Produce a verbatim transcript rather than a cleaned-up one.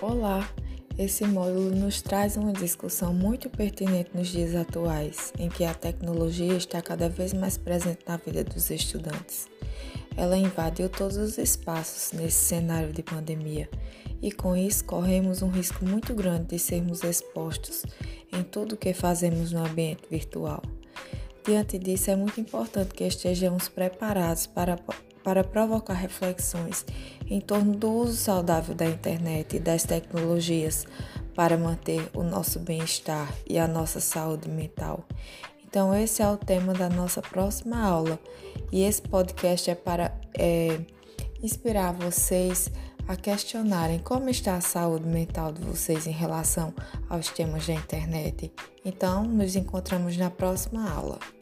Olá! Esse módulo nos traz uma discussão muito pertinente nos dias atuais, em que a tecnologia está cada vez mais presente na vida dos estudantes. Ela invadiu todos os espaços nesse cenário de pandemia e, com isso, corremos um risco muito grande de sermos expostos em tudo o que fazemos no ambiente virtual. Diante disso, é muito importante que estejamos preparados para para provocar reflexões em torno do uso saudável da internet e das tecnologias para manter o nosso bem-estar e a nossa saúde mental. Então, esse é o tema da nossa próxima aula e esse podcast é para é, inspirar vocês a questionarem como está a saúde mental de vocês em relação aos temas da internet. Então, nos encontramos na próxima aula.